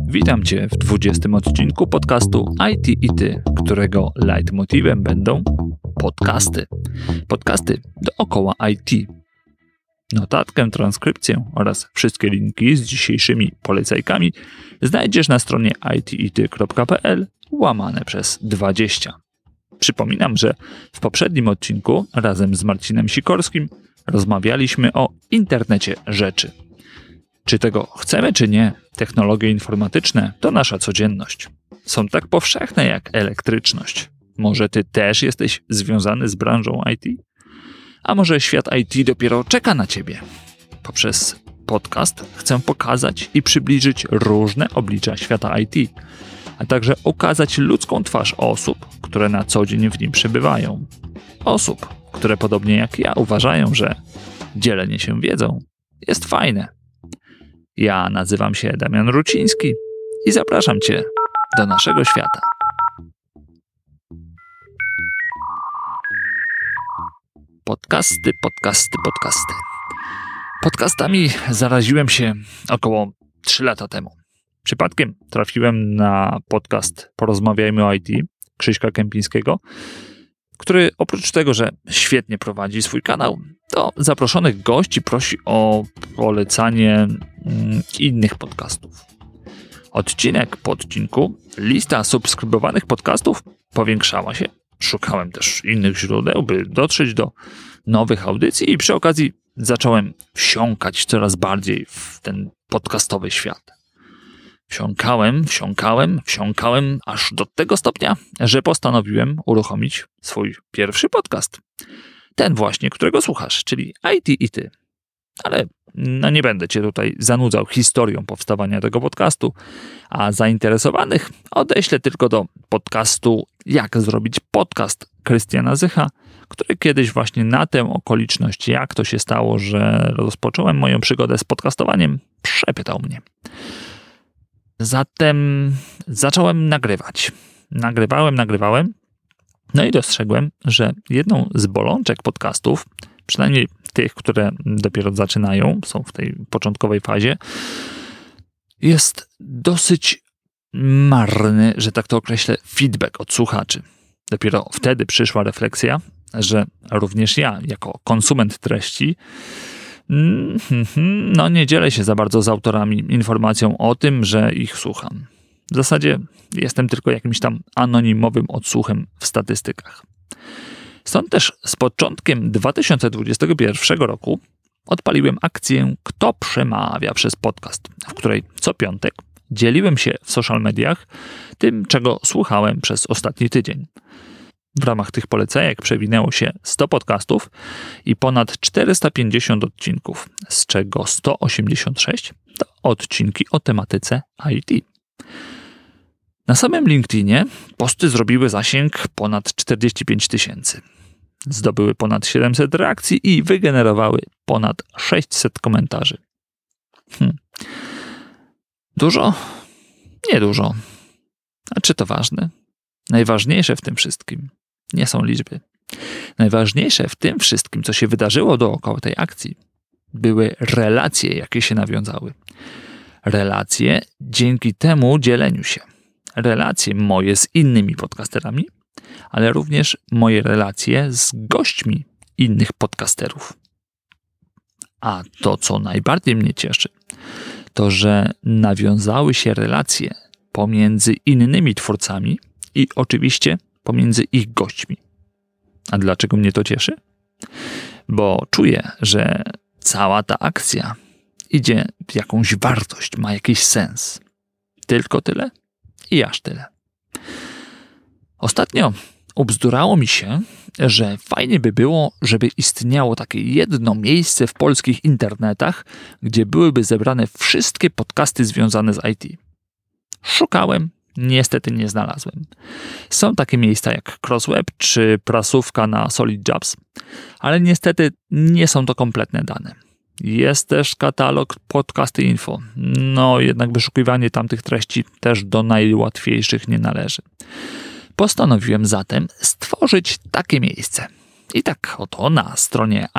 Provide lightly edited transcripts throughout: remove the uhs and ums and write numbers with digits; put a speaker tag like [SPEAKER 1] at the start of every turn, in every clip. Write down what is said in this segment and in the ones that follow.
[SPEAKER 1] Witam Cię w 20. odcinku podcastu IT i Ty, którego leitmotivem będą podcasty. Podcasty dookoła IT. Notatkę, transkrypcję oraz wszystkie linki z dzisiejszymi polecajkami znajdziesz na stronie itity.pl/20. Przypominam, że w poprzednim odcinku razem z Marcinem Sikorskim rozmawialiśmy o internecie rzeczy. Czy tego chcemy, czy nie, technologie informatyczne to nasza codzienność. Są tak powszechne jak elektryczność. Może ty też jesteś związany z branżą IT? A może świat IT dopiero czeka na ciebie? Poprzez podcast chcę pokazać i przybliżyć różne oblicza świata IT, a także ukazać ludzką twarz osób, które na co dzień w nim przebywają. Osób, które podobnie jak ja uważają, że dzielenie się wiedzą jest fajne. Ja nazywam się Damian Ruciński i zapraszam Cię do naszego świata. Podcasty. Podcastami zaraziłem się około 3 lata temu. Przypadkiem trafiłem na podcast Porozmawiajmy o IT Krzyśka Kępińskiego, który oprócz tego, że świetnie prowadzi swój kanał, to zaproszonych gości prosi o polecanie innych podcastów. Odcinek po odcinku lista subskrybowanych podcastów powiększała się. Szukałem też innych źródeł, by dotrzeć do nowych audycji i przy okazji zacząłem wsiąkać coraz bardziej w ten podcastowy świat. Wsiąkałem aż do tego stopnia, że postanowiłem uruchomić swój pierwszy podcast. Ten właśnie, którego słuchasz, czyli IT i Ty. Ale nie będę Cię tutaj zanudzał historią powstawania tego podcastu, a zainteresowanych odeślę tylko do podcastu Jak zrobić podcast Krystiana Zycha, który kiedyś właśnie na tę okoliczność, jak to się stało, że rozpocząłem moją przygodę z podcastowaniem, przepytał mnie. Zatem zacząłem nagrywać. Nagrywałem. No i dostrzegłem, że jedną z bolączek podcastów, przynajmniej tych, które dopiero zaczynają, są w tej początkowej fazie, jest dosyć marny, że tak to określę, feedback od słuchaczy. Dopiero wtedy przyszła refleksja, że również ja, jako konsument treści, nie dzielę się za bardzo z autorami informacją o tym, że ich słucham. W zasadzie jestem tylko jakimś tam anonimowym odsłuchem w statystykach. Stąd też z początkiem 2021 roku odpaliłem akcję Kto przemawia przez podcast, w której co piątek dzieliłem się w social mediach tym, czego słuchałem przez ostatni tydzień. W ramach tych polecajek przewinęło się 100 podcastów i ponad 450 odcinków, z czego 186 to odcinki o tematyce IT. Na samym LinkedInie posty zrobiły zasięg ponad 45 000. Zdobyły ponad 700 reakcji i wygenerowały ponad 600 komentarzy. Dużo? Niedużo. A czy to ważne? Najważniejsze w tym wszystkim nie są liczby. Najważniejsze w tym wszystkim, co się wydarzyło dookoła tej akcji, były relacje, jakie się nawiązały. Relacje dzięki temu dzieleniu się. Relacje moje z innymi podcasterami, ale również moje relacje z gośćmi innych podcasterów. A to, co najbardziej mnie cieszy, to, że nawiązały się relacje pomiędzy innymi twórcami i oczywiście pomiędzy ich gośćmi. A dlaczego mnie to cieszy? Bo czuję, że cała ta akcja idzie w jakąś wartość, ma jakiś sens. Tylko tyle i aż tyle. Ostatnio ubzdurało mi się, że fajnie by było, żeby istniało takie jedno miejsce w polskich internetach, gdzie byłyby zebrane wszystkie podcasty związane z IT. Szukałem, niestety nie znalazłem. Są takie miejsca jak Crossweb czy prasówka na Solid Jobs, ale niestety nie są to kompletne dane. Jest też katalog Podcasty Info. Jednak wyszukiwanie tamtych treści też do najłatwiejszych nie należy. Postanowiłem zatem stworzyć takie miejsce. I tak oto na stronie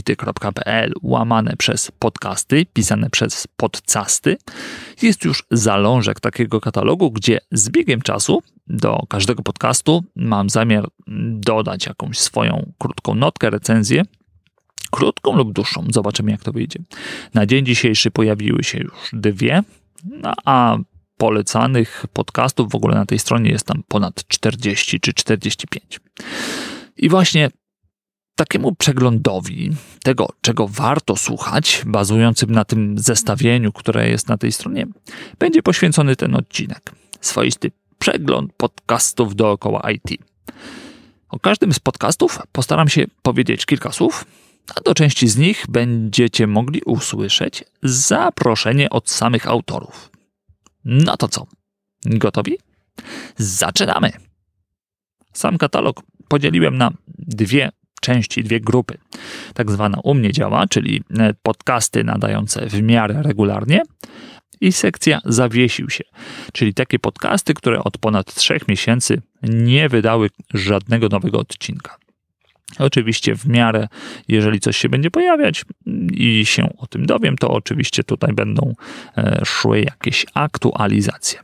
[SPEAKER 1] itity.pl/podcasty, pisane przez podcasty, jest już zalążek takiego katalogu, gdzie z biegiem czasu do każdego podcastu mam zamiar dodać jakąś swoją krótką notkę, recenzję, krótką lub dłuższą. Zobaczymy, jak to wyjdzie. Na dzień dzisiejszy pojawiły się już 2, a polecanych podcastów w ogóle na tej stronie jest tam ponad 40 czy 45. I właśnie takiemu przeglądowi tego, czego warto słuchać, bazującym na tym zestawieniu, które jest na tej stronie, będzie poświęcony ten odcinek. Swoisty przegląd podcastów dookoła IT. O każdym z podcastów postaram się powiedzieć kilka słów, a do części z nich będziecie mogli usłyszeć zaproszenie od samych autorów. No to co? Gotowi? Zaczynamy! Sam katalog podzieliłem na 2 części, 2 grupy. Tak zwana u mnie działa, czyli podcasty nadające w miarę regularnie, i sekcja zawiesił się, czyli takie podcasty, które od ponad 3 miesięcy nie wydały żadnego nowego odcinka. Oczywiście w miarę, jeżeli coś się będzie pojawiać i się o tym dowiem, to oczywiście tutaj będą szły jakieś aktualizacje.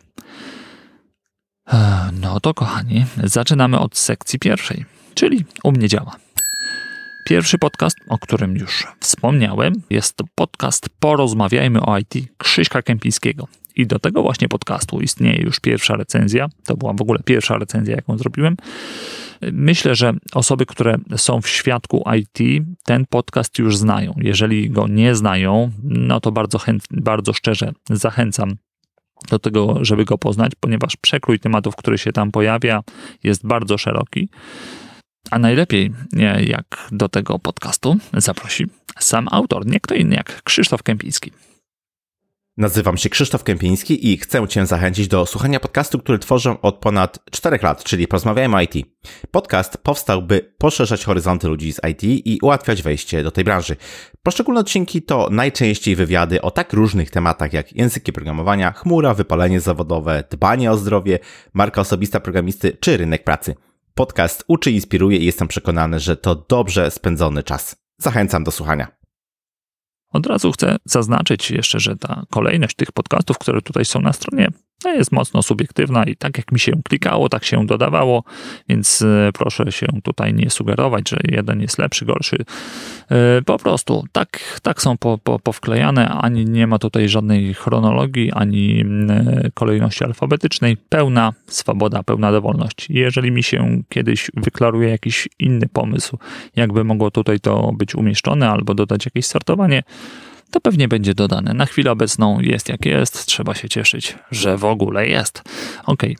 [SPEAKER 1] No to kochani, zaczynamy od sekcji pierwszej, czyli u mnie działa. Pierwszy podcast, o którym już wspomniałem, jest to podcast Porozmawiajmy o IT Krzyśka Kępińskiego. I do tego właśnie podcastu istnieje już pierwsza recenzja. To była w ogóle pierwsza recenzja, jaką zrobiłem. Myślę, że osoby, które są w świadku IT, ten podcast już znają. Jeżeli go nie znają, no to bardzo szczerze zachęcam do tego, żeby go poznać, ponieważ przekrój tematów, który się tam pojawia, jest bardzo szeroki. A najlepiej, jak do tego podcastu zaprosi sam autor, nie kto inny jak Krzysztof Kępiński.
[SPEAKER 2] Nazywam się Krzysztof Kępiński i chcę Cię zachęcić do słuchania podcastu, który tworzę od ponad 4 lat, czyli Porozmawiajmy o IT. Podcast powstał, by poszerzać horyzonty ludzi z IT i ułatwiać wejście do tej branży. Poszczególne odcinki to najczęściej wywiady o tak różnych tematach jak języki programowania, chmura, wypalenie zawodowe, dbanie o zdrowie, marka osobista programisty czy rynek pracy. Podcast uczy i inspiruje i jestem przekonany, że to dobrze spędzony czas. Zachęcam do słuchania.
[SPEAKER 1] Od razu chcę zaznaczyć jeszcze, że ta kolejność tych podcastów, które tutaj są na stronie, jest mocno subiektywna i tak jak mi się klikało, tak się dodawało, więc proszę się tutaj nie sugerować, że jeden jest lepszy, gorszy. Po prostu tak są powklejane, ani nie ma tutaj żadnej chronologii, ani kolejności alfabetycznej. Pełna swoboda, pełna dowolność. Jeżeli mi się kiedyś wyklaruje jakiś inny pomysł, jakby mogło tutaj to być umieszczone albo dodać jakieś sortowanie, to pewnie będzie dodane. Na chwilę obecną jest jak jest, trzeba się cieszyć, że w ogóle jest. Okej.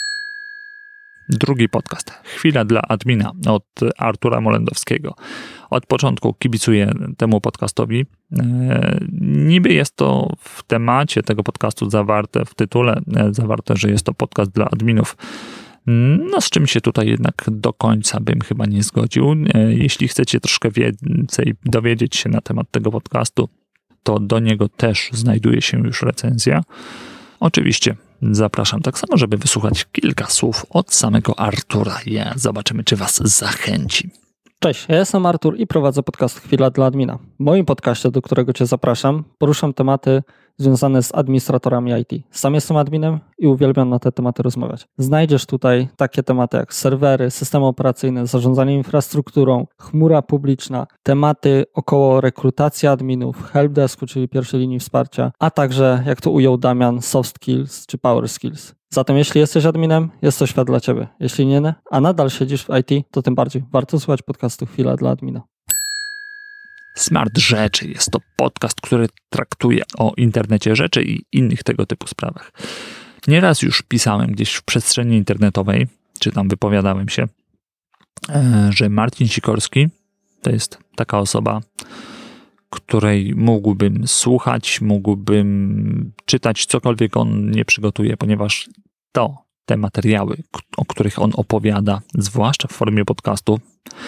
[SPEAKER 1] Drugi podcast. Chwila dla admina od Artura Molendowskiego. Od początku kibicuję temu podcastowi. Niby jest to w temacie tego podcastu zawarte, w tytule zawarte, że jest to podcast dla adminów. No z czym się tutaj jednak do końca bym chyba nie zgodził. Jeśli chcecie troszkę więcej dowiedzieć się na temat tego podcastu, to do niego też znajduje się już recenzja. Oczywiście zapraszam tak samo, żeby wysłuchać kilka słów od samego Artura. Zobaczymy, czy was zachęci.
[SPEAKER 3] Cześć, ja jestem Artur i prowadzę podcast Chwila dla admina. W moim podcaście, do którego Cię zapraszam, poruszam tematy związane z administratorami IT. Sam jestem adminem i uwielbiam na te tematy rozmawiać. Znajdziesz tutaj takie tematy jak serwery, systemy operacyjne, zarządzanie infrastrukturą, chmura publiczna, tematy około rekrutacji adminów, helpdesku, czyli pierwszej linii wsparcia, a także, jak to ujął Damian, soft skills czy power skills. Zatem jeśli jesteś adminem, jest to świat dla Ciebie. Jeśli nie, a nadal siedzisz w IT, to tym bardziej warto słuchać podcastu Chwila dla admina.
[SPEAKER 1] Smart Rzeczy jest to podcast, który traktuje o internecie rzeczy i innych tego typu sprawach. Nieraz już pisałem gdzieś w przestrzeni internetowej, czy tam wypowiadałem się, że Marcin Sikorski to jest taka osoba, której mógłbym słuchać, mógłbym czytać cokolwiek on nie przygotuje, ponieważ te materiały, o których on opowiada, zwłaszcza w formie podcastu,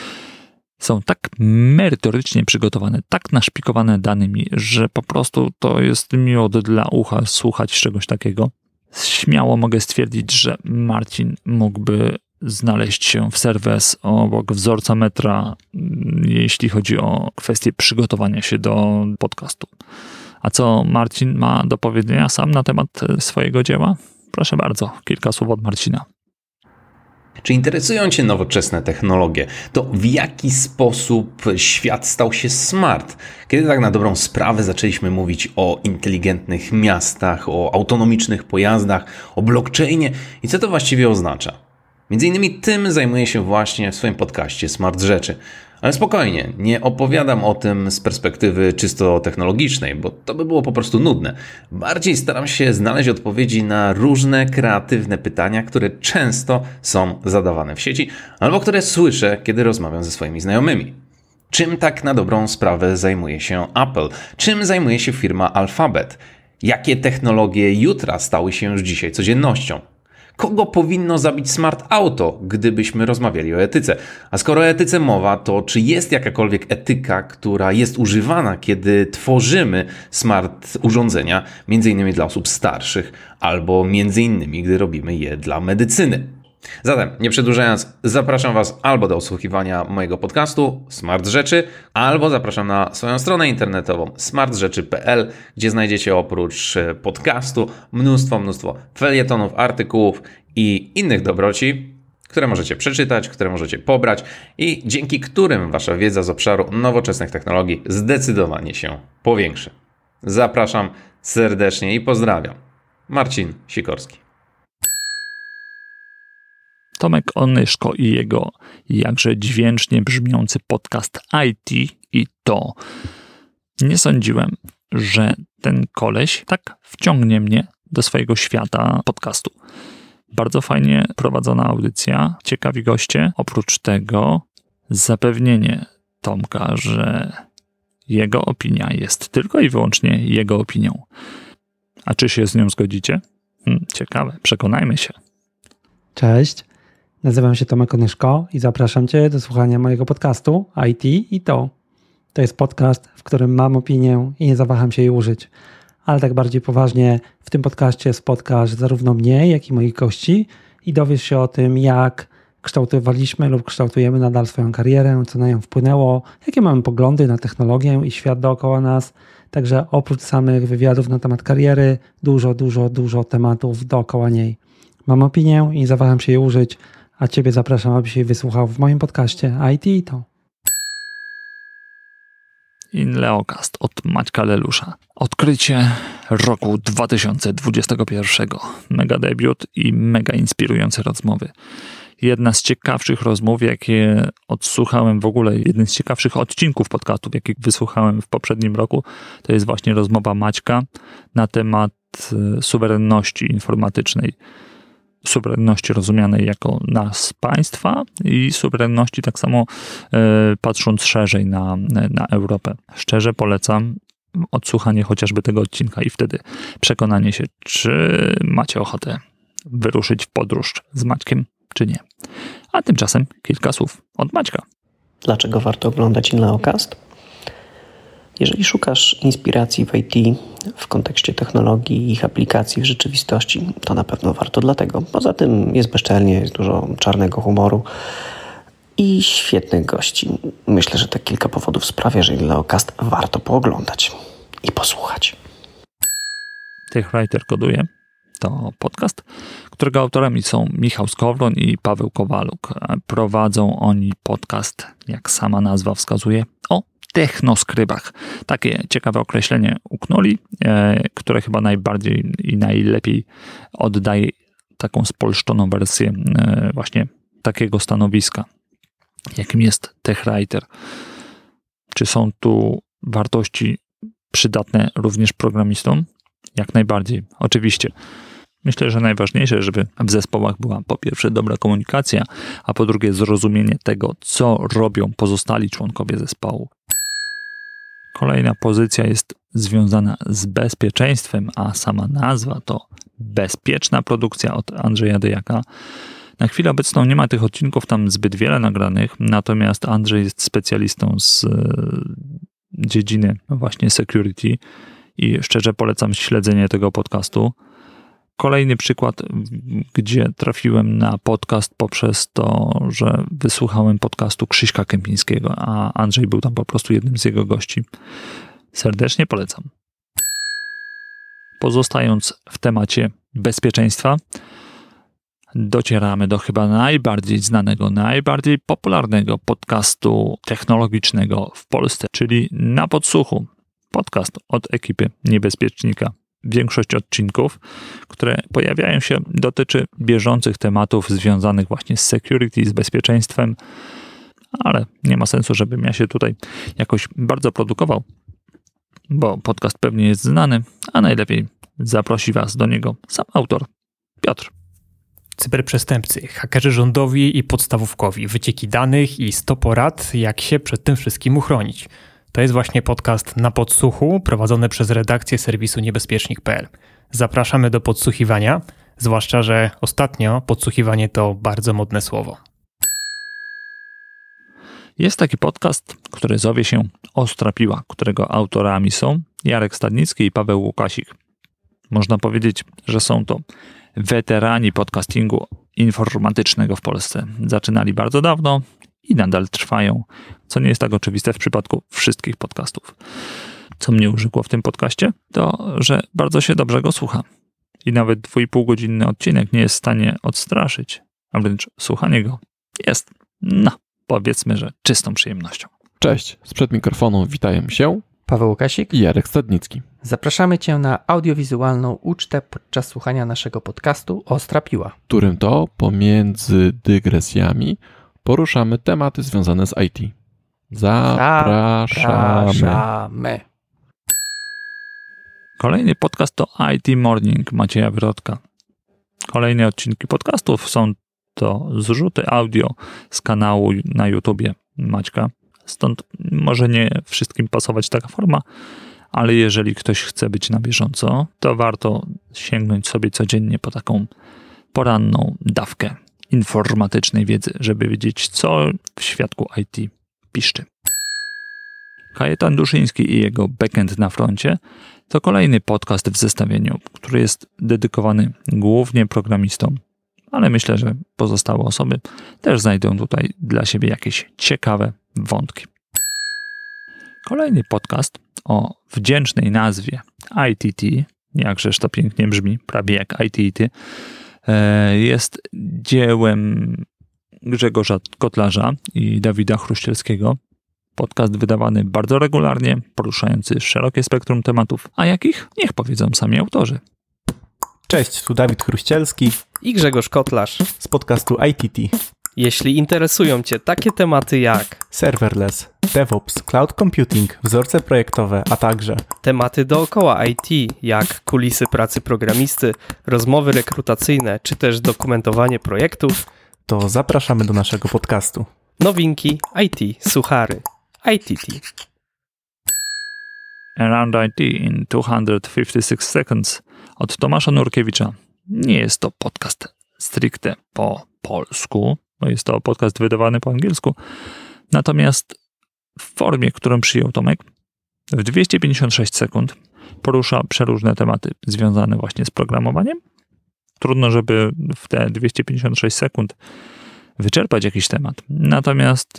[SPEAKER 1] są tak merytorycznie przygotowane, tak naszpikowane danymi, że po prostu to jest miód dla ucha słuchać czegoś takiego. Śmiało mogę stwierdzić, że Marcin mógłby znaleźć się w serwis obok wzorca metra, jeśli chodzi o kwestię przygotowania się do podcastu. A co Marcin ma do powiedzenia sam na temat swojego dzieła? Proszę bardzo, kilka słów od Marcina.
[SPEAKER 4] Czy interesują Cię nowoczesne technologie? To w jaki sposób świat stał się smart? Kiedy tak na dobrą sprawę zaczęliśmy mówić o inteligentnych miastach, o autonomicznych pojazdach, o blockchainie i co to właściwie oznacza? Między innymi tym zajmuję się właśnie w swoim podcaście Smart Rzeczy. Ale spokojnie, nie opowiadam o tym z perspektywy czysto technologicznej, bo to by było po prostu nudne. Bardziej staram się znaleźć odpowiedzi na różne kreatywne pytania, które często są zadawane w sieci, albo które słyszę, kiedy rozmawiam ze swoimi znajomymi. Czym tak na dobrą sprawę zajmuje się Apple? Czym zajmuje się firma Alphabet? Jakie technologie jutra stały się już dzisiaj codziennością? Kogo powinno zabić smart auto, gdybyśmy rozmawiali o etyce? A skoro o etyce mowa, to czy jest jakakolwiek etyka, która jest używana, kiedy tworzymy smart urządzenia, m.in. dla osób starszych, albo m.in. gdy robimy je dla medycyny? Zatem, nie przedłużając, zapraszam Was albo do odsłuchiwania mojego podcastu Smart Rzeczy, albo zapraszam na swoją stronę internetową smartrzeczy.pl, gdzie znajdziecie oprócz podcastu mnóstwo felietonów, artykułów i innych dobroci, które możecie przeczytać, które możecie pobrać i dzięki którym Wasza wiedza z obszaru nowoczesnych technologii zdecydowanie się powiększy. Zapraszam serdecznie i pozdrawiam. Marcin Sikorski.
[SPEAKER 1] Tomek Onyszko i jego jakże dźwięcznie brzmiący podcast IT i to. Nie sądziłem, że ten koleś tak wciągnie mnie do swojego świata podcastu. Bardzo fajnie prowadzona audycja, ciekawi goście. Oprócz tego zapewnienie Tomka, że jego opinia jest tylko i wyłącznie jego opinią. A czy się z nią zgodzicie? Ciekawe, przekonajmy się.
[SPEAKER 5] Cześć, nazywam się Tomek Onyszko i zapraszam Cię do słuchania mojego podcastu IT i to. To jest podcast, w którym mam opinię i nie zawaham się jej użyć. Ale tak bardziej poważnie, w tym podcaście spotkasz zarówno mnie, jak i moich gości i dowiesz się o tym, jak kształtowaliśmy lub kształtujemy nadal swoją karierę, co na nią wpłynęło, jakie mamy poglądy na technologię i świat dookoła nas. Także oprócz samych wywiadów na temat kariery, dużo tematów dookoła niej. Mam opinię i nie zawaham się jej użyć, a Ciebie zapraszam, abyś jej wysłuchał w moim podcaście IT i to.
[SPEAKER 1] InLeoCast od Maćka Lelusza. Odkrycie roku 2021. Mega debiut i mega inspirujące rozmowy. Jedna z ciekawszych rozmów, jakie odsłuchałem w ogóle, jeden z ciekawszych odcinków podcastów, jakich wysłuchałem w poprzednim roku, to jest właśnie rozmowa Maćka na temat suwerenności informatycznej. Suwerenności rozumianej jako nas państwa i suwerenności tak samo patrząc szerzej na Europę. Szczerze polecam odsłuchanie chociażby tego odcinka i wtedy przekonanie się, czy macie ochotę wyruszyć w podróż z Maćkiem, czy nie. A tymczasem kilka słów od Maćka.
[SPEAKER 6] Dlaczego warto oglądać InLeoCast? Jeżeli szukasz inspiracji w IT w kontekście technologii i ich aplikacji w rzeczywistości, to na pewno warto dlatego. Poza tym jest bezczelnie, jest dużo czarnego humoru i świetnych gości. Myślę, że te kilka powodów sprawia, że InLeoCast warto pooglądać i posłuchać.
[SPEAKER 1] TechWriter koduje. To podcast, którego autorami są Michał Skowron i Paweł Kowaluk. Prowadzą oni podcast, jak sama nazwa wskazuje, o technoskrybach. Takie ciekawe określenie uknuli, które chyba najbardziej i najlepiej oddaje taką spolszczoną wersję właśnie takiego stanowiska, jakim jest TechWriter. Czy są tu wartości przydatne również programistom? Jak najbardziej, oczywiście. Myślę, że najważniejsze, żeby w zespołach była po pierwsze dobra komunikacja, a po drugie zrozumienie tego, co robią pozostali członkowie zespołu. Kolejna pozycja jest związana z bezpieczeństwem, a sama nazwa to Bezpieczna Produkcja od Andrzeja Dejaka. Na chwilę obecną nie ma tych odcinków tam zbyt wiele nagranych, natomiast Andrzej jest specjalistą z dziedziny właśnie security i szczerze polecam śledzenie tego podcastu. kolejny przykład, gdzie trafiłem na podcast poprzez to, że wysłuchałem podcastu Krzyśka Kępińskiego, a Andrzej był tam po prostu jednym z jego gości. Serdecznie polecam. Pozostając w temacie bezpieczeństwa, docieramy do chyba najbardziej znanego, najbardziej popularnego podcastu technologicznego w Polsce, czyli Na Podsłuchu. Podcast od ekipy Niebezpiecznika. Większość odcinków, które pojawiają się, dotyczy bieżących tematów związanych właśnie z security, z bezpieczeństwem, ale nie ma sensu, żebym ja się tutaj jakoś bardzo produkował, bo podcast pewnie jest znany, a najlepiej zaprosi Was do niego sam autor, Piotr.
[SPEAKER 7] Cyberprzestępcy, hakerzy rządowi i podstawówkowi, wycieki danych i 100 porad, jak się przed tym wszystkim uchronić. To jest właśnie podcast Na Podsłuchu, prowadzony przez redakcję serwisu niebezpiecznik.pl. Zapraszamy do podsłuchiwania, zwłaszcza, że ostatnio podsłuchiwanie to bardzo modne słowo.
[SPEAKER 1] Jest taki podcast, który zowie się Ostra Piła, którego autorami są Jarek Stadnicki i Paweł Łukasik. Można powiedzieć, że są to weterani podcastingu informatycznego w Polsce. Zaczynali bardzo dawno i nadal trwają, co nie jest tak oczywiste w przypadku wszystkich podcastów. Co mnie urzekło w tym podcaście, to, że bardzo się dobrze go słucha. I nawet 2,5-godzinny odcinek nie jest w stanie odstraszyć, a wręcz słuchanie go jest, powiedzmy, że czystą przyjemnością.
[SPEAKER 8] Cześć, sprzed mikrofonu witają się
[SPEAKER 9] Paweł Łukasik
[SPEAKER 8] i Jarek Stadnicki.
[SPEAKER 9] Zapraszamy Cię na audiowizualną ucztę podczas słuchania naszego podcastu Ostra Piła,
[SPEAKER 8] W którym to pomiędzy dygresjami poruszamy tematy związane z IT. Zapraszamy.
[SPEAKER 1] Kolejny podcast to IT Morning Macieja Wrotka. Kolejne odcinki podcastów są to zrzuty audio z kanału na YouTubie Maćka. Stąd może nie wszystkim pasować taka forma, ale jeżeli ktoś chce być na bieżąco, to warto sięgnąć sobie codziennie po taką poranną dawkę informatycznej wiedzy, żeby wiedzieć, co w świadku IT piszczy. Kajetan Duszyński i jego Backend na froncie to kolejny podcast w zestawieniu, który jest dedykowany głównie programistom, ale myślę, że pozostałe osoby też znajdą tutaj dla siebie jakieś ciekawe wątki. Kolejny podcast o wdzięcznej nazwie ITT, jakżeż to pięknie brzmi, prawie jak ITT, jest dziełem Grzegorza Kotlarza i Dawida Chruścielskiego. Podcast wydawany bardzo regularnie, poruszający szerokie spektrum tematów, a jakich? Niech powiedzą sami autorzy.
[SPEAKER 10] Cześć, tu Dawid Chruścielski
[SPEAKER 11] i Grzegorz Kotlarz
[SPEAKER 10] z podcastu ITT.
[SPEAKER 11] Jeśli interesują Cię takie tematy jak
[SPEAKER 10] serverless, DevOps, cloud computing, wzorce projektowe, a także
[SPEAKER 11] tematy dookoła IT, jak kulisy pracy programisty, rozmowy rekrutacyjne, czy też dokumentowanie projektów,
[SPEAKER 10] to zapraszamy do naszego podcastu.
[SPEAKER 11] Nowinki IT, suchary, ITT.
[SPEAKER 1] Around IT in 256 Seconds od Tomasza Nurkiewicza. Nie jest to podcast stricte po polsku, bo jest to podcast wydawany po angielsku. Natomiast w formie, którą przyjął Tomek, w 256 sekund porusza przeróżne tematy związane właśnie z programowaniem. Trudno, żeby w te 256 sekund wyczerpać jakiś temat. Natomiast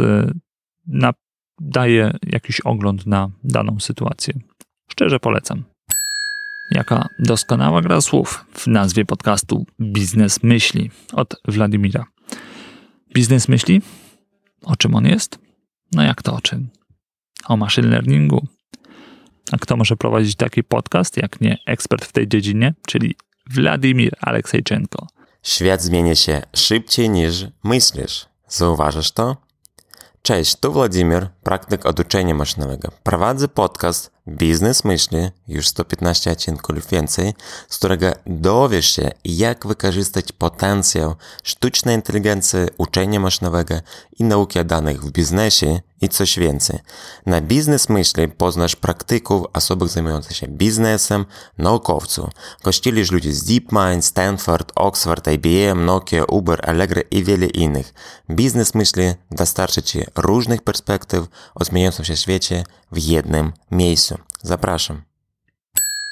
[SPEAKER 1] daje jakiś ogląd na daną sytuację. Szczerze polecam. Jaka doskonała gra słów w nazwie podcastu Biznes Myśli od Władimira. Biznes Myśli? O czym on jest? No jak to o czym? O machine learningu. A kto może prowadzić taki podcast, jak nie ekspert w tej dziedzinie, czyli Władimir Aleksejczenko.
[SPEAKER 12] Świat zmienia się szybciej niż myślisz. Zauważysz to? Cześć, tu Władimir, praktyk od uczenia maszynowego. Prowadzę podcast Biznes Myśli, już 115 odcinków więcej, z którego dowiesz się, jak wykorzystać potencjał sztucznej inteligencji, uczenia maszynowego i nauki o danych w biznesie i coś więcej. Na Biznes Myśli poznasz praktyków, osoby zajmujących się biznesem, naukowców. Gościli już ludzie z DeepMind, Stanford, Oxford, IBM, Nokia, Uber, Allegro i wiele innych. Biznes Myśli dostarczy Ci różnych perspektyw o zmieniającym się świecie w jednym miejscu. Zapraszam.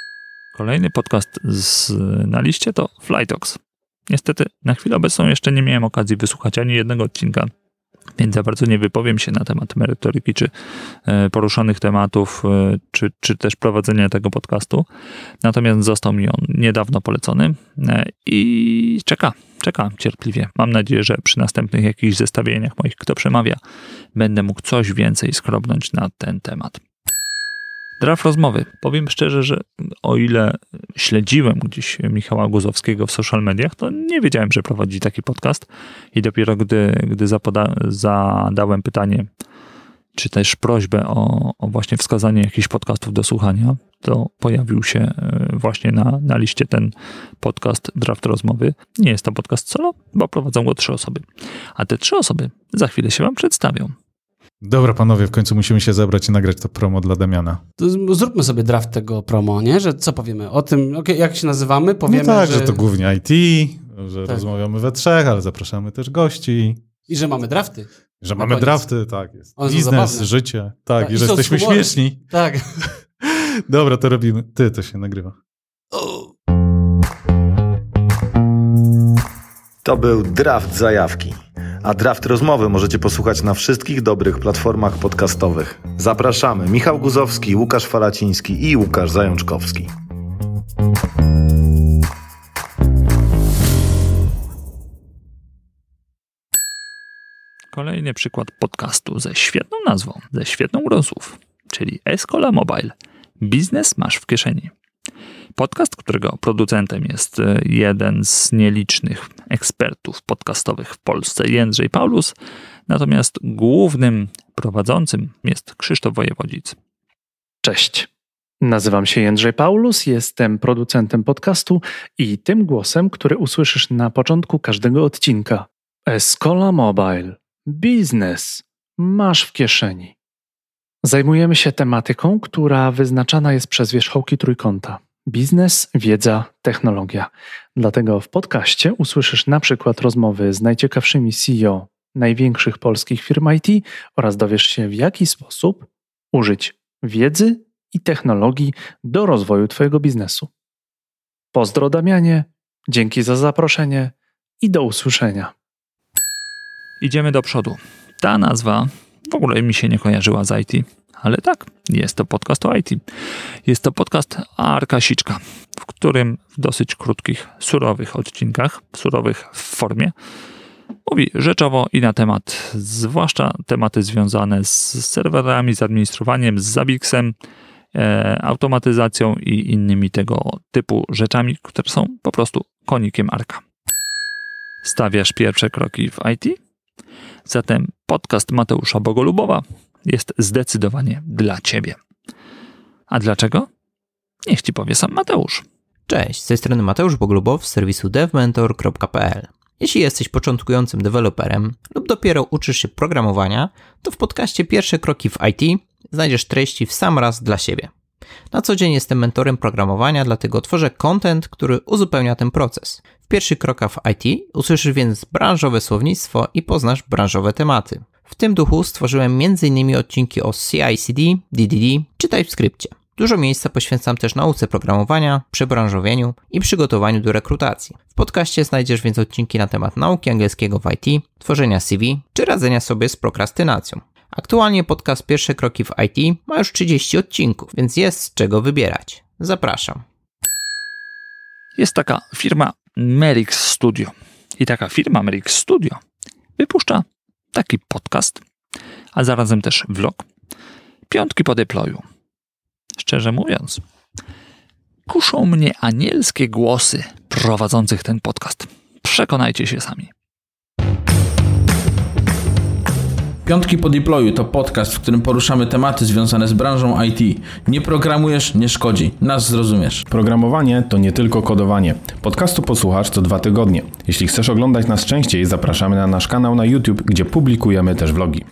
[SPEAKER 1] Kolejny podcast na liście to Flytalks. Niestety na chwilę obecną jeszcze nie miałem okazji wysłuchać ani jednego odcinka, więc za bardzo nie wypowiem się na temat merytoryki, czy poruszonych tematów, czy też prowadzenia tego podcastu. Natomiast został mi on niedawno polecony i czeka cierpliwie. Mam nadzieję, że przy następnych jakichś zestawieniach moich Kto Przemawia będę mógł coś więcej skrobnąć na ten temat. Draft rozmowy. Powiem szczerze, że o ile śledziłem gdzieś Michała Guzowskiego w social mediach, to nie wiedziałem, że prowadzi taki podcast i dopiero gdy zadałem pytanie, czy też prośbę o właśnie wskazanie jakichś podcastów do słuchania, to pojawił się właśnie na liście ten podcast Draft rozmowy. Nie jest to podcast solo, bo prowadzą go 3 osoby. A te 3 osoby za chwilę się wam przedstawią.
[SPEAKER 13] Dobra, panowie, w końcu musimy się zebrać i nagrać to promo dla Damiana.
[SPEAKER 14] To zróbmy sobie draft tego promo, nie? Że co powiemy? O tym, jak się nazywamy? Powiemy,
[SPEAKER 13] no tak, że to głównie IT, że tak. Rozmawiamy we 3, ale zapraszamy też gości.
[SPEAKER 14] I że mamy drafty.
[SPEAKER 13] Że mamy drafty, tak jest.
[SPEAKER 14] One
[SPEAKER 13] biznes, życie, tak, i że jesteśmy śmieszni.
[SPEAKER 14] Tak.
[SPEAKER 13] Dobra, to robimy. To się nagrywa.
[SPEAKER 15] To był draft zajawki. A draft rozmowy możecie posłuchać na wszystkich dobrych platformach podcastowych. Zapraszamy. Michał Guzowski, Łukasz Falaciński i Łukasz Zajączkowski.
[SPEAKER 1] Kolejny przykład podcastu ze świetną nazwą, ze świetną grą słów, czyli Escola Mobile. Biznes masz w kieszeni. Podcast, którego producentem jest jeden z nielicznych ekspertów podcastowych w Polsce, Jędrzej Paulus, natomiast głównym prowadzącym jest Krzysztof Wojewodzic.
[SPEAKER 16] Cześć, nazywam się Jędrzej Paulus, jestem producentem podcastu i tym głosem, który usłyszysz na początku każdego odcinka. Escola Mobile. Biznes masz w kieszeni. Zajmujemy się tematyką, która wyznaczana jest przez wierzchołki trójkąta. Biznes, wiedza, technologia. Dlatego w podcaście usłyszysz na przykład rozmowy z najciekawszymi CEO największych polskich firm IT oraz dowiesz się, w jaki sposób użyć wiedzy i technologii do rozwoju Twojego biznesu. Pozdro Damianie, dzięki za zaproszenie i do usłyszenia.
[SPEAKER 1] Idziemy do przodu. Ta nazwa w ogóle mi się nie kojarzyła z IT. Ale tak, jest to podcast o IT. Jest to podcast Arka Siczka, w którym w dosyć krótkich, surowych odcinkach, surowych w formie, mówi rzeczowo i na temat, zwłaszcza tematy związane z serwerami, z administrowaniem, z Zabbixem, automatyzacją i innymi tego typu rzeczami, które są po prostu konikiem Arka. Stawiasz pierwsze kroki w IT? Zatem podcast Mateusza Bogolubowa jest zdecydowanie dla Ciebie. A dlaczego? Niech Ci powie sam Mateusz.
[SPEAKER 17] Cześć, z tej strony Mateusz Bogolubow z serwisu devmentor.pl. Jeśli jesteś początkującym deweloperem lub dopiero uczysz się programowania, to w podcaście Pierwsze kroki w IT znajdziesz treści w sam raz dla siebie. Na co dzień jestem mentorem programowania, dlatego tworzę content, który uzupełnia ten proces. W pierwszych krokach w IT usłyszysz więc branżowe słownictwo i poznasz branżowe tematy. W tym duchu stworzyłem m.in. odcinki o CI/CD, DDD czy TypeScriptie. Dużo miejsca poświęcam też nauce programowania, przebranżowieniu i przygotowaniu do rekrutacji. W podcaście znajdziesz więc odcinki na temat nauki angielskiego w IT, tworzenia CV czy radzenia sobie z prokrastynacją. Aktualnie podcast Pierwsze kroki w IT ma już 30 odcinków, więc jest z czego wybierać. Zapraszam.
[SPEAKER 1] Jest taka firma Merix Studio. I taka firma Merix Studio wypuszcza taki podcast, a zarazem też vlog. 5 po deployu. Szczerze mówiąc, kuszą mnie anielskie głosy prowadzących ten podcast. Przekonajcie się sami.
[SPEAKER 18] 5 po deployu to podcast, w którym poruszamy tematy związane z branżą IT. Nie programujesz, nie szkodzi. Nas zrozumiesz.
[SPEAKER 19] Programowanie to nie tylko kodowanie. Podcastu posłuchasz co 2 tygodnie. Jeśli chcesz oglądać nas częściej, zapraszamy na nasz kanał na YouTube, gdzie publikujemy też vlogi.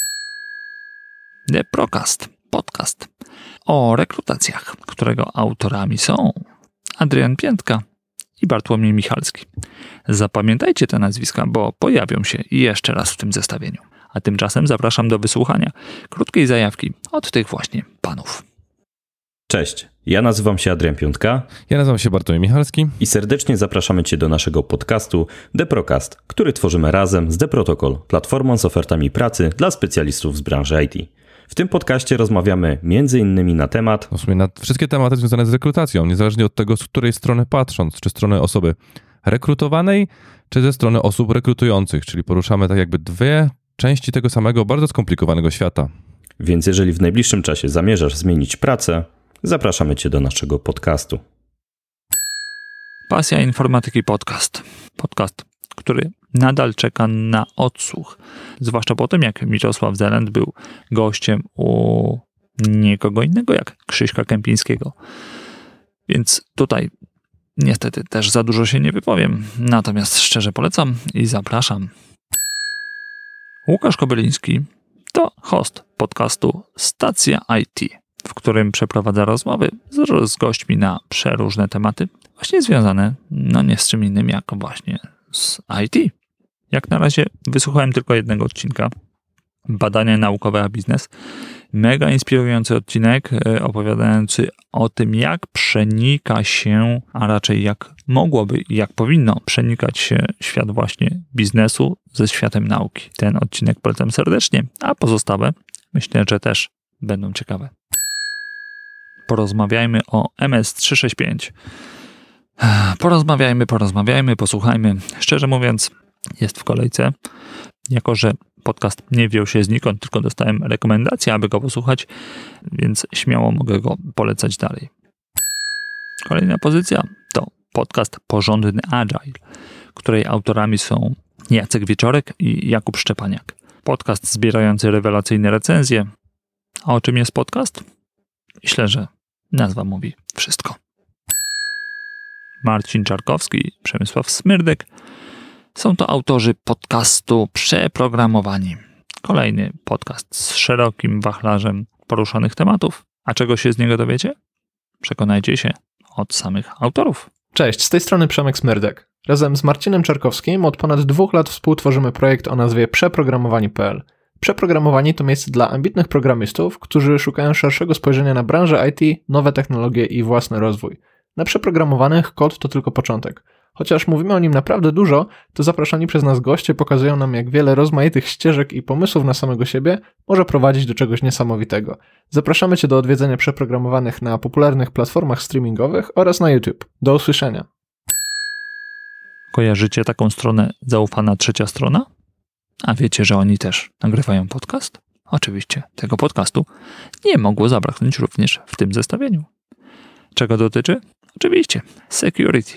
[SPEAKER 1] The Procast, podcast o rekrutacjach, którego autorami są Adrian Piętka i Bartłomiej Michalski. Zapamiętajcie te nazwiska, bo pojawią się jeszcze raz w tym zestawieniu. A tymczasem zapraszam do wysłuchania krótkiej zajawki od tych właśnie panów.
[SPEAKER 20] Cześć, ja nazywam się Adrian Piątka.
[SPEAKER 8] Ja nazywam się Bartłomiej Michalski.
[SPEAKER 20] I serdecznie zapraszamy Cię do naszego podcastu TheProcast, który tworzymy razem z The Protocol, platformą z ofertami pracy dla specjalistów z branży IT. W tym podcaście rozmawiamy m.in. na temat...
[SPEAKER 8] W sumie na wszystkie tematy związane z rekrutacją, niezależnie od tego, z której strony patrząc, czy strony osoby rekrutowanej, czy ze strony osób rekrutujących, czyli poruszamy tak jakby dwie części tego samego bardzo skomplikowanego świata.
[SPEAKER 20] Więc jeżeli w najbliższym czasie zamierzasz zmienić pracę, zapraszamy Cię do naszego podcastu.
[SPEAKER 1] Pasja Informatyki Podcast. Podcast, który nadal czeka na odsłuch. Zwłaszcza po tym, jak Mirosław Zelent był gościem u nikogo innego jak Krzyśka Kępińskiego. Więc tutaj niestety też za dużo się nie wypowiem. Natomiast szczerze polecam i zapraszam. Łukasz Kobyliński to host podcastu Stacja IT, w którym przeprowadza rozmowy z gośćmi na przeróżne tematy, właśnie związane nie z czym innym jak właśnie z IT. Jak na razie wysłuchałem tylko jednego odcinka, Badania naukowe a biznes. Mega inspirujący odcinek opowiadający o tym, jak przenika się, a raczej jak mogłoby i jak powinno przenikać się świat właśnie biznesu ze światem nauki. Ten odcinek polecam serdecznie, a pozostałe myślę, że też będą ciekawe. Porozmawiajmy o MS365. Porozmawiajmy, posłuchajmy. Szczerze mówiąc, jest w kolejce. Jako że podcast nie wziął się znikąd, tylko dostałem rekomendację, aby go posłuchać, więc śmiało mogę go polecać dalej. Kolejna pozycja to podcast Porządny Agile, której autorami są Jacek Wieczorek i Jakub Szczepaniak. Podcast zbierający rewelacyjne recenzje. A o czym jest podcast? Myślę, że nazwa mówi wszystko. Marcin Czarkowski i Przemysław Smyrdek są to autorzy podcastu Przeprogramowani. Kolejny podcast z szerokim wachlarzem poruszanych tematów. A czego się z niego dowiecie? Przekonajcie się od samych autorów.
[SPEAKER 21] Cześć, z tej strony Przemek Smyrdek. Razem z Marcinem Czarkowskim od ponad 2 lat współtworzymy projekt o nazwie Przeprogramowani.pl. Przeprogramowani to miejsce dla ambitnych programistów, którzy szukają szerszego spojrzenia na branżę IT, nowe technologie i własny rozwój. Na przeprogramowanych kod to tylko początek. Chociaż mówimy o nim naprawdę dużo, to zapraszani przez nas goście pokazują nam, jak wiele rozmaitych ścieżek i pomysłów na samego siebie może prowadzić do czegoś niesamowitego. Zapraszamy Cię do odwiedzenia Przeprogramowanych na popularnych platformach streamingowych oraz na YouTube. Do usłyszenia.
[SPEAKER 1] Kojarzycie taką stronę Zaufana Trzecia Strona? A wiecie, że oni też nagrywają podcast? Oczywiście tego podcastu nie mogło zabraknąć również w tym zestawieniu. Czego dotyczy? Oczywiście security.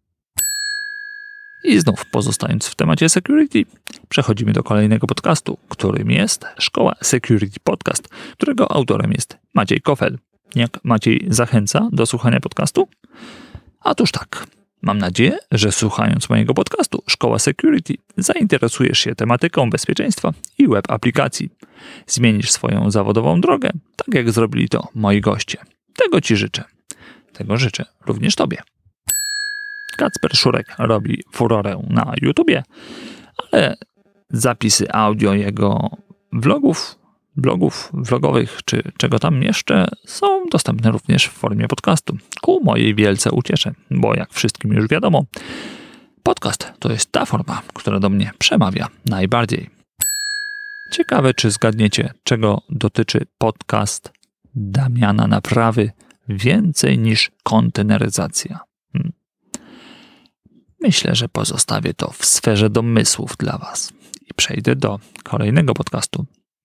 [SPEAKER 1] I znów pozostając w temacie security, przechodzimy do kolejnego podcastu, którym jest Szkoła Security Podcast, którego autorem jest Maciej Kofel. Jak Maciej zachęca do słuchania podcastu? Otóż tak. Mam nadzieję, że słuchając mojego podcastu Szkoła Security zainteresujesz się tematyką bezpieczeństwa i web aplikacji. Zmienisz swoją zawodową drogę, tak jak zrobili to moi goście. Tego Ci życzę. Tego życzę również Tobie. Kacper Szurek robi furorę na YouTubie, ale zapisy audio jego vlogowych, czy czego tam jeszcze, są dostępne również w formie podcastu. Ku mojej wielce uciesze, bo jak wszystkim już wiadomo, podcast to jest ta forma, która do mnie przemawia najbardziej. Ciekawe, czy zgadniecie, czego dotyczy podcast Damiana Naprawy więcej niż konteneryzacja. Myślę, że pozostawię to w sferze domysłów dla Was i przejdę do kolejnego podcastu.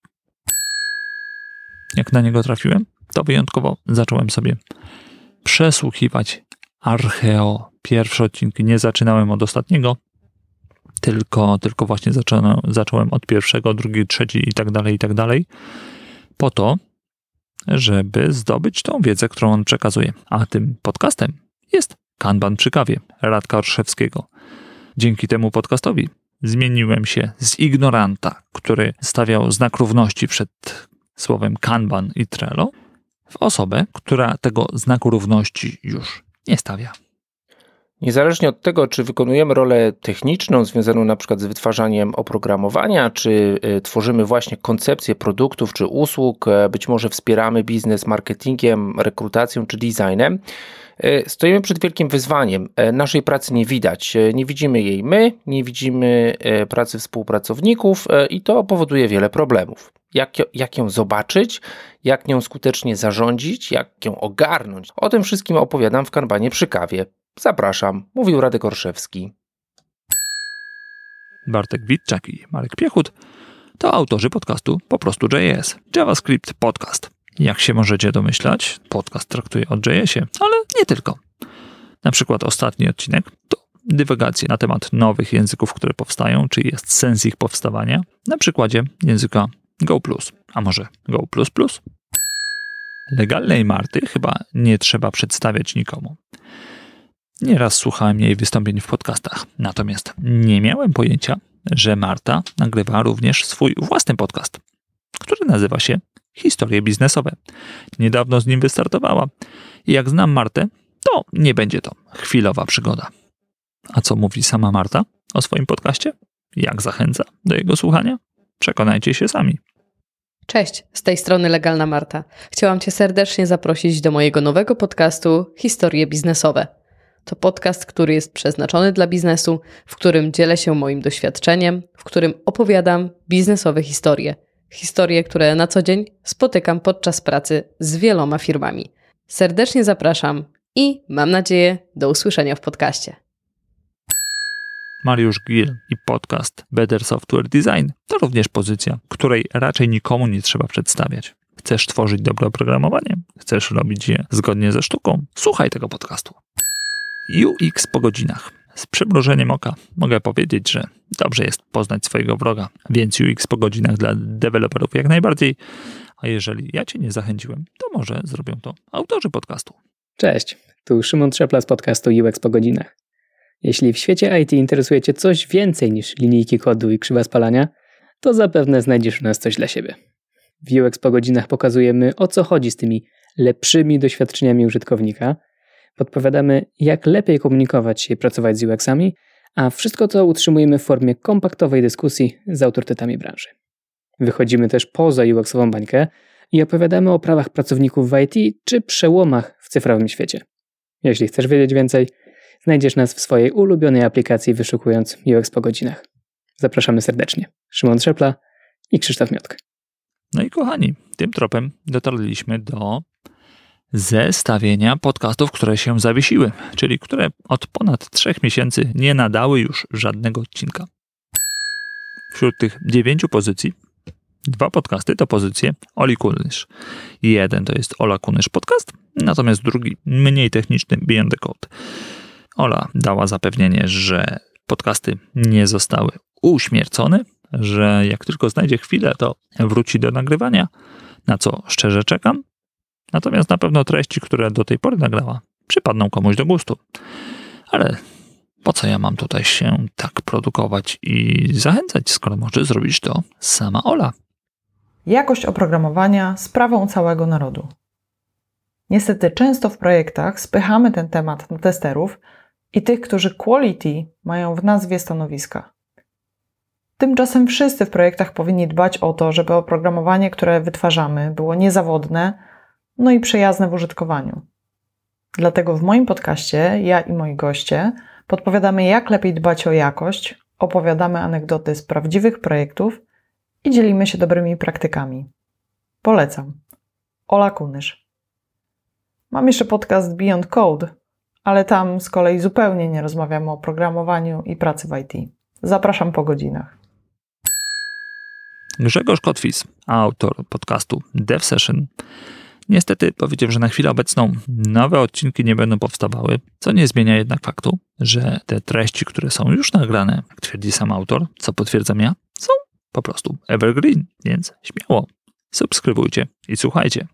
[SPEAKER 1] Jak na niego trafiłem, to wyjątkowo zacząłem sobie przesłuchiwać Archeo. Pierwsze odcinki nie zaczynałem od ostatniego, tylko właśnie zacząłem od pierwszego, drugi, trzeci i tak dalej, po to, żeby zdobyć tą wiedzę, którą on przekazuje. A tym podcastem jest Kanban przy kawie Radka Orszewskiego. Dzięki temu podcastowi zmieniłem się z ignoranta, który stawiał znak równości przed słowem Kanban i Trello, w osobę, która tego znaku równości już nie stawia.
[SPEAKER 2] Niezależnie od tego, czy wykonujemy rolę techniczną związaną na przykład z wytwarzaniem oprogramowania, czy tworzymy właśnie koncepcję produktów czy usług, być może wspieramy biznes marketingiem, rekrutacją czy designem, stoimy przed wielkim wyzwaniem. Naszej pracy nie widać. Nie widzimy jej my, nie widzimy pracy współpracowników i to powoduje wiele problemów. Jak ją zobaczyć, jak nią skutecznie zarządzić, jak ją ogarnąć. O tym wszystkim opowiadam w Kanbanie przy kawie. Zapraszam, mówił Radek Orszewski.
[SPEAKER 1] Bartek Witczak i Marek Piechut to autorzy podcastu Po prostu JS, JavaScript Podcast. Jak się możecie domyślać, podcast traktuje o JS-ie, ale nie tylko. Na przykład ostatni odcinek to dywagacje na temat nowych języków, które powstają, czy jest sens ich powstawania, na przykładzie języka Go+, a może Go++. Legalnej Marty chyba nie trzeba przedstawiać nikomu. Nieraz słuchałem jej wystąpień w podcastach, natomiast nie miałem pojęcia, że Marta nagrywa również swój własny podcast, który nazywa się Historie biznesowe. Niedawno z nim wystartowała i jak znam Martę, to nie będzie to chwilowa przygoda. A co mówi sama Marta o swoim podcaście? Jak zachęca do jego słuchania? Przekonajcie się sami.
[SPEAKER 22] Cześć, z tej strony Legalna Marta. Chciałam Cię serdecznie zaprosić do mojego nowego podcastu Historie biznesowe. To podcast, który jest przeznaczony dla biznesu, w którym dzielę się moim doświadczeniem, w którym opowiadam biznesowe historie. Historie, które na co dzień spotykam podczas pracy z wieloma firmami. Serdecznie zapraszam i mam nadzieję do usłyszenia w podcaście.
[SPEAKER 1] Mariusz Gil i podcast Better Software Design to również pozycja, której raczej nikomu nie trzeba przedstawiać. Chcesz tworzyć dobre oprogramowanie? Chcesz robić je zgodnie ze sztuką? Słuchaj tego podcastu. UX po godzinach. Z przymrużeniem oka mogę powiedzieć, że dobrze jest poznać swojego wroga, więc UX po godzinach dla deweloperów jak najbardziej. A jeżeli ja Cię nie zachęciłem, to może zrobią to autorzy podcastu.
[SPEAKER 23] Cześć, tu Szymon Trzepla z podcastu UX po godzinach. Jeśli w świecie IT interesuje Cię coś więcej niż linijki kodu i krzywa spalania, to zapewne znajdziesz u nas coś dla siebie. W UX po godzinach pokazujemy, o co chodzi z tymi lepszymi doświadczeniami użytkownika, podpowiadamy, jak lepiej komunikować się i pracować z UX-ami, a wszystko to utrzymujemy w formie kompaktowej dyskusji z autorytetami branży. Wychodzimy też poza UX-ową bańkę i opowiadamy o prawach pracowników w IT czy przełomach w cyfrowym świecie. Jeśli chcesz wiedzieć więcej, znajdziesz nas w swojej ulubionej aplikacji wyszukując UX po godzinach. Zapraszamy serdecznie. Szymon Trzepla i Krzysztof Miotka.
[SPEAKER 1] No i kochani, tym tropem dotarliśmy do zestawienia podcastów, które się zawiesiły, czyli które od ponad 3 miesięcy nie nadały już żadnego odcinka. Wśród tych 9 pozycji 2 podcasty to pozycje Oli Kunysz. Jeden to jest Ola Kunysz podcast, natomiast drugi, mniej techniczny, Beyond the Code. Ola dała zapewnienie, że podcasty nie zostały uśmiercone, że jak tylko znajdzie chwilę, to wróci do nagrywania, na co szczerze czekam. Natomiast na pewno treści, które do tej pory nagrała, przypadną komuś do gustu. Ale po co ja mam tutaj się tak produkować i zachęcać, skoro może zrobić to sama Ola?
[SPEAKER 24] Jakość oprogramowania sprawą całego narodu. Niestety często w projektach spychamy ten temat na testerów i tych, którzy quality mają w nazwie stanowiska. Tymczasem wszyscy w projektach powinni dbać o to, żeby oprogramowanie, które wytwarzamy, było niezawodne, no i przyjazne w użytkowaniu. Dlatego w moim podcaście ja i moi goście podpowiadamy, jak lepiej dbać o jakość, opowiadamy anegdoty z prawdziwych projektów i dzielimy się dobrymi praktykami. Polecam. Ola Kunysz. Mam jeszcze podcast Beyond Code, ale tam z kolei zupełnie nie rozmawiamy o programowaniu i pracy w IT. Zapraszam po godzinach.
[SPEAKER 1] Grzegorz Kotwis, autor podcastu Dev Session, niestety powiedział, że na chwilę obecną nowe odcinki nie będą powstawały, co nie zmienia jednak faktu, że te treści, które są już nagrane, jak twierdzi sam autor, co potwierdzam ja, są po prostu evergreen, więc śmiało subskrybujcie i słuchajcie.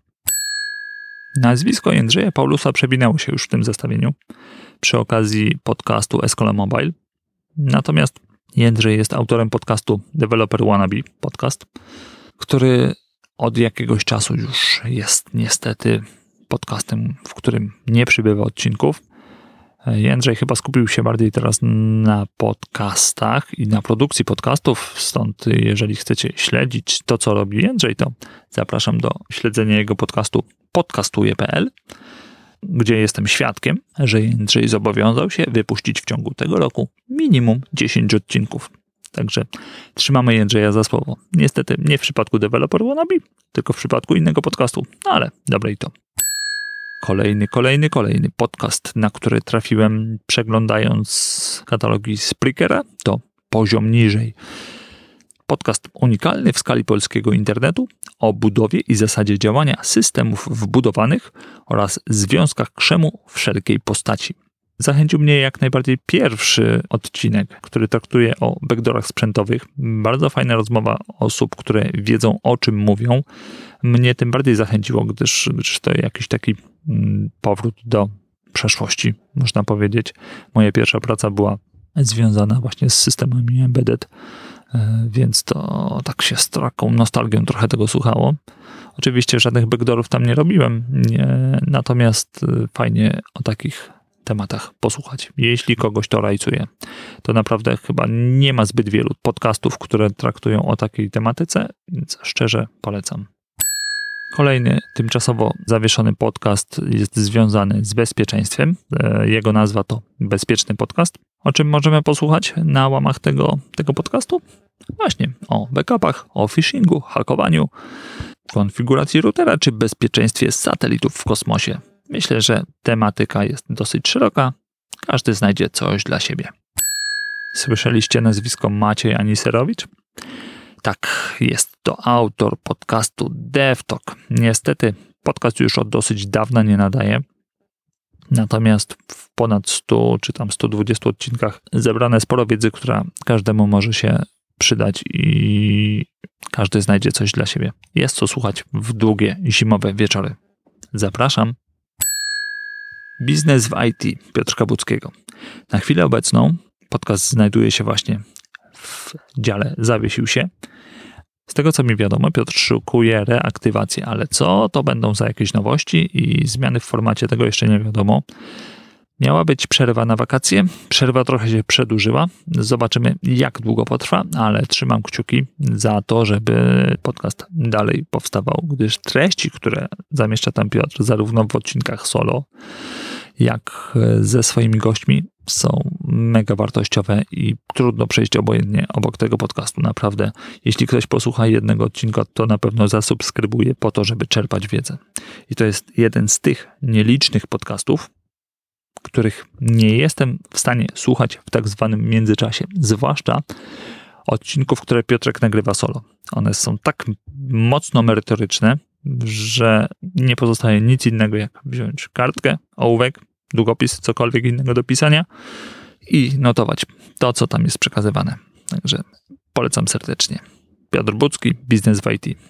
[SPEAKER 1] Nazwisko Jędrzeja Paulusa przewinęło się już w tym zestawieniu przy okazji podcastu Escola Mobile, natomiast Jędrzej jest autorem podcastu Developer Wannabe Podcast, który od jakiegoś czasu już jest niestety podcastem, w którym nie przybywa odcinków. Jędrzej chyba skupił się bardziej teraz na podcastach i na produkcji podcastów, stąd jeżeli chcecie śledzić to, co robi Jędrzej, to zapraszam do śledzenia jego podcastu podcastuje.pl, gdzie jestem świadkiem, że Jędrzej zobowiązał się wypuścić w ciągu tego roku minimum 10 odcinków. Także trzymamy Jędrzeja za słowo. Niestety nie w przypadku Developer Wannabe, tylko w przypadku innego podcastu, ale dobre i to. Kolejny podcast, na który trafiłem przeglądając katalogi Spreakera, to Poziom Niżej. Podcast unikalny w skali polskiego internetu o budowie i zasadzie działania systemów wbudowanych oraz związkach krzemu wszelkiej postaci. Zachęcił mnie jak najbardziej pierwszy odcinek, który traktuje o backdoorach sprzętowych. Bardzo fajna rozmowa osób, które wiedzą, o czym mówią. Mnie tym bardziej zachęciło, gdyż to jakiś taki powrót do przeszłości, można powiedzieć. Moja pierwsza praca była związana właśnie z systemami embedded, więc to tak się z taką nostalgią trochę tego słuchało. Oczywiście żadnych backdoorów tam nie robiłem, natomiast fajnie o takich tematach posłuchać. Jeśli kogoś to rajcuje, to naprawdę chyba nie ma zbyt wielu podcastów, które traktują o takiej tematyce, więc szczerze polecam. Kolejny tymczasowo zawieszony podcast jest związany z bezpieczeństwem. Jego nazwa to Bezpieczny Podcast. O czym możemy posłuchać na łamach tego podcastu? Właśnie o backupach, o phishingu, hakowaniu, konfiguracji routera czy bezpieczeństwie satelitów w kosmosie. Myślę, że tematyka jest dosyć szeroka. Każdy znajdzie coś dla siebie. Słyszeliście nazwisko Maciej Aniserowicz? Tak, jest to autor podcastu DevTalk. Niestety podcast już od dosyć dawna nie nadaje. Natomiast w ponad 100 czy tam 120 odcinkach zebrane sporo wiedzy, która każdemu może się przydać i każdy znajdzie coś dla siebie. Jest co słuchać w długie zimowe wieczory. Zapraszam. Biznes w IT Piotrka Budzkiego. Na chwilę obecną podcast znajduje się właśnie w dziale Zawiesił się. Z tego co mi wiadomo, Piotr szykuje reaktywację, ale co to będą za jakieś nowości i zmiany w formacie, tego jeszcze nie wiadomo. Miała być przerwa na wakacje. Przerwa trochę się przedłużyła. Zobaczymy, jak długo potrwa, ale trzymam kciuki za to, żeby podcast dalej powstawał, gdyż treści, które zamieszcza tam Piotr, zarówno w odcinkach solo, jak ze swoimi gośćmi, są mega wartościowe i trudno przejść obojętnie obok tego podcastu. Naprawdę, jeśli ktoś posłucha jednego odcinka, to na pewno zasubskrybuje po to, żeby czerpać wiedzę. I to jest jeden z tych nielicznych podcastów, których nie jestem w stanie słuchać w tak zwanym międzyczasie, zwłaszcza odcinków, które Piotrek nagrywa solo. One są tak mocno merytoryczne, że nie pozostaje nic innego jak wziąć kartkę, ołówek, długopis, cokolwiek innego do pisania i notować to, co tam jest przekazywane. Także polecam serdecznie. Piotr Budzki, Biznes w IT.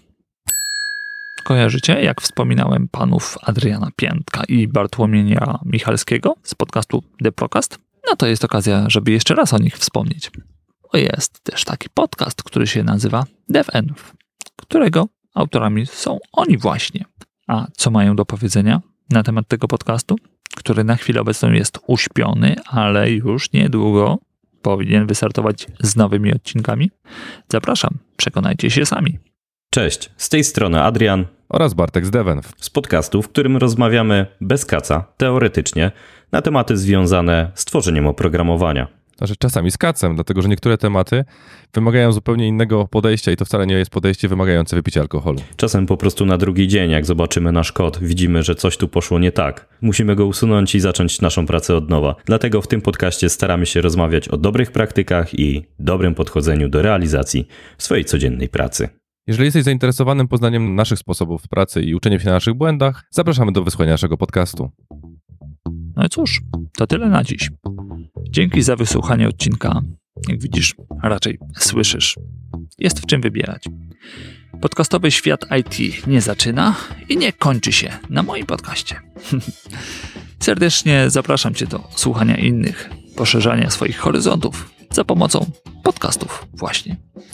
[SPEAKER 1] Kojarzycie, jak wspominałem, panów Adriana Piętka i Bartłomieja Michalskiego z podcastu The Procast? No to jest okazja, żeby jeszcze raz o nich wspomnieć. Bo jest też taki podcast, który się nazywa DevEnv, którego autorami są oni właśnie. A co mają do powiedzenia na temat tego podcastu, który na chwilę obecną jest uśpiony, ale już niedługo powinien wystartować z nowymi odcinkami? Zapraszam, przekonajcie się sami.
[SPEAKER 20] Cześć, z tej strony Adrian
[SPEAKER 8] oraz Bartek z DevEnv.
[SPEAKER 20] Z podcastu, w którym rozmawiamy bez kaca, teoretycznie, na tematy związane z tworzeniem oprogramowania.
[SPEAKER 8] Znaczy czasami z kacem, dlatego że niektóre tematy wymagają zupełnie innego podejścia i to wcale nie jest podejście wymagające wypicia alkoholu.
[SPEAKER 20] Czasem po prostu na drugi dzień, jak zobaczymy nasz kod, widzimy, że coś tu poszło nie tak. Musimy go usunąć i zacząć naszą pracę od nowa. Dlatego w tym podcaście staramy się rozmawiać o dobrych praktykach i dobrym podchodzeniu do realizacji swojej codziennej pracy.
[SPEAKER 8] Jeżeli jesteś zainteresowanym poznaniem naszych sposobów pracy i uczeniem się na naszych błędach, zapraszamy do wysłuchania naszego podcastu.
[SPEAKER 1] No i cóż, to tyle na dziś. Dzięki za wysłuchanie odcinka. Jak widzisz, raczej słyszysz. Jest w czym wybierać. Podcastowy świat IT nie zaczyna i nie kończy się na moim podcaście. Serdecznie zapraszam Cię do słuchania innych, poszerzania swoich horyzontów za pomocą podcastów właśnie.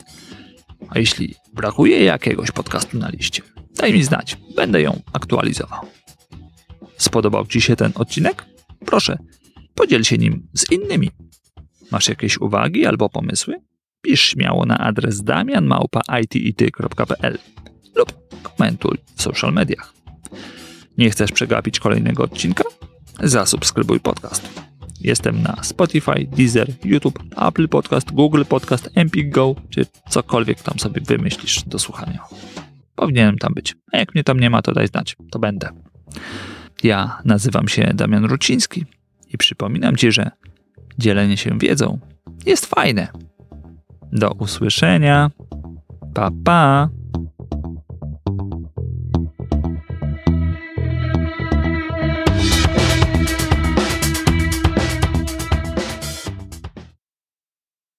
[SPEAKER 1] A jeśli brakuje jakiegoś podcastu na liście, daj mi znać, będę ją aktualizował. Spodobał Ci się ten odcinek? Proszę, Podziel się nim z innymi. Masz jakieś uwagi albo pomysły? Pisz śmiało na adres damian@itity.pl lub komentuj w social mediach. Nie chcesz przegapić kolejnego odcinka? Zasubskrybuj podcast. Jestem na Spotify, Deezer, YouTube, Apple Podcast, Google Podcast, Empik Go, czy cokolwiek tam sobie wymyślisz do słuchania. Powinienem tam być. A jak mnie tam nie ma, to daj znać. To będę. Ja nazywam się Damian Ruciński i przypominam Ci, że dzielenie się wiedzą jest fajne. Do usłyszenia. Pa, pa.